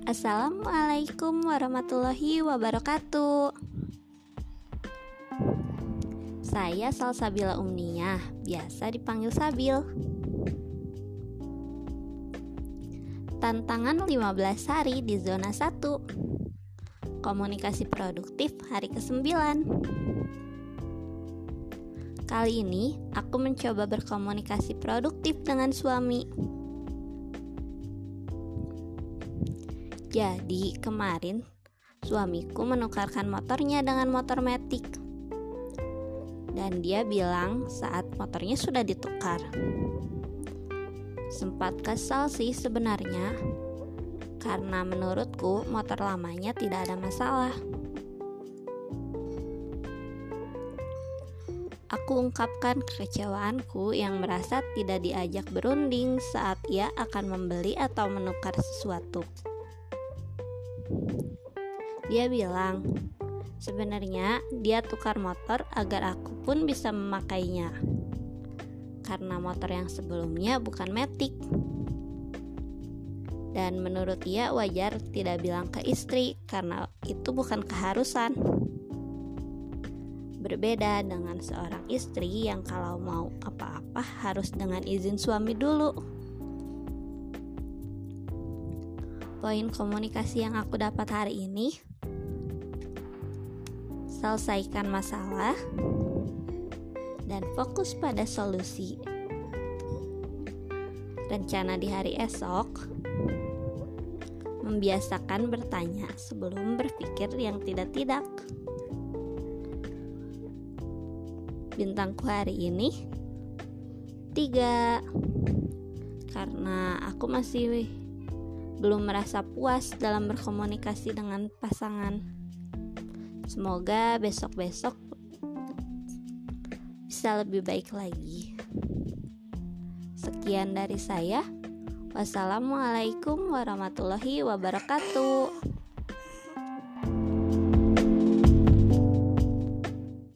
Assalamualaikum warahmatullahi wabarakatuh. Saya Salsabila Umniyah, biasa dipanggil Sabil. Tantangan 15 hari di zona 1. Komunikasi produktif hari ke-9. Kali ini aku mencoba berkomunikasi produktif dengan suami. Jadi kemarin suamiku menukarkan motornya dengan motor matic. Dan dia bilang saat motornya sudah ditukar. Sempat kesal sih sebenarnya, karena menurutku motor lamanya tidak ada masalah. Aku ungkapkan kekecewaanku yang merasa tidak diajak berunding saat ia akan membeli atau menukar sesuatu. Dia bilang, sebenarnya dia tukar motor agar aku pun bisa memakainya, karena motor yang sebelumnya bukan matic. Dan menurut dia wajar tidak bilang ke istri, karena itu bukan keharusan. Berbeda dengan seorang istri yang kalau mau apa-apa harus dengan izin suami dulu. Poin komunikasi yang aku dapat hari ini: selesaikan masalah dan fokus pada solusi. Rencana di hari esok: membiasakan bertanya sebelum berpikir yang tidak-tidak. Bintangku hari ini 3, karena aku masih belum merasa puas dalam berkomunikasi dengan pasangan. Semoga besok-besok bisa lebih baik lagi. Sekian dari saya. Wassalamualaikum warahmatullahi wabarakatuh.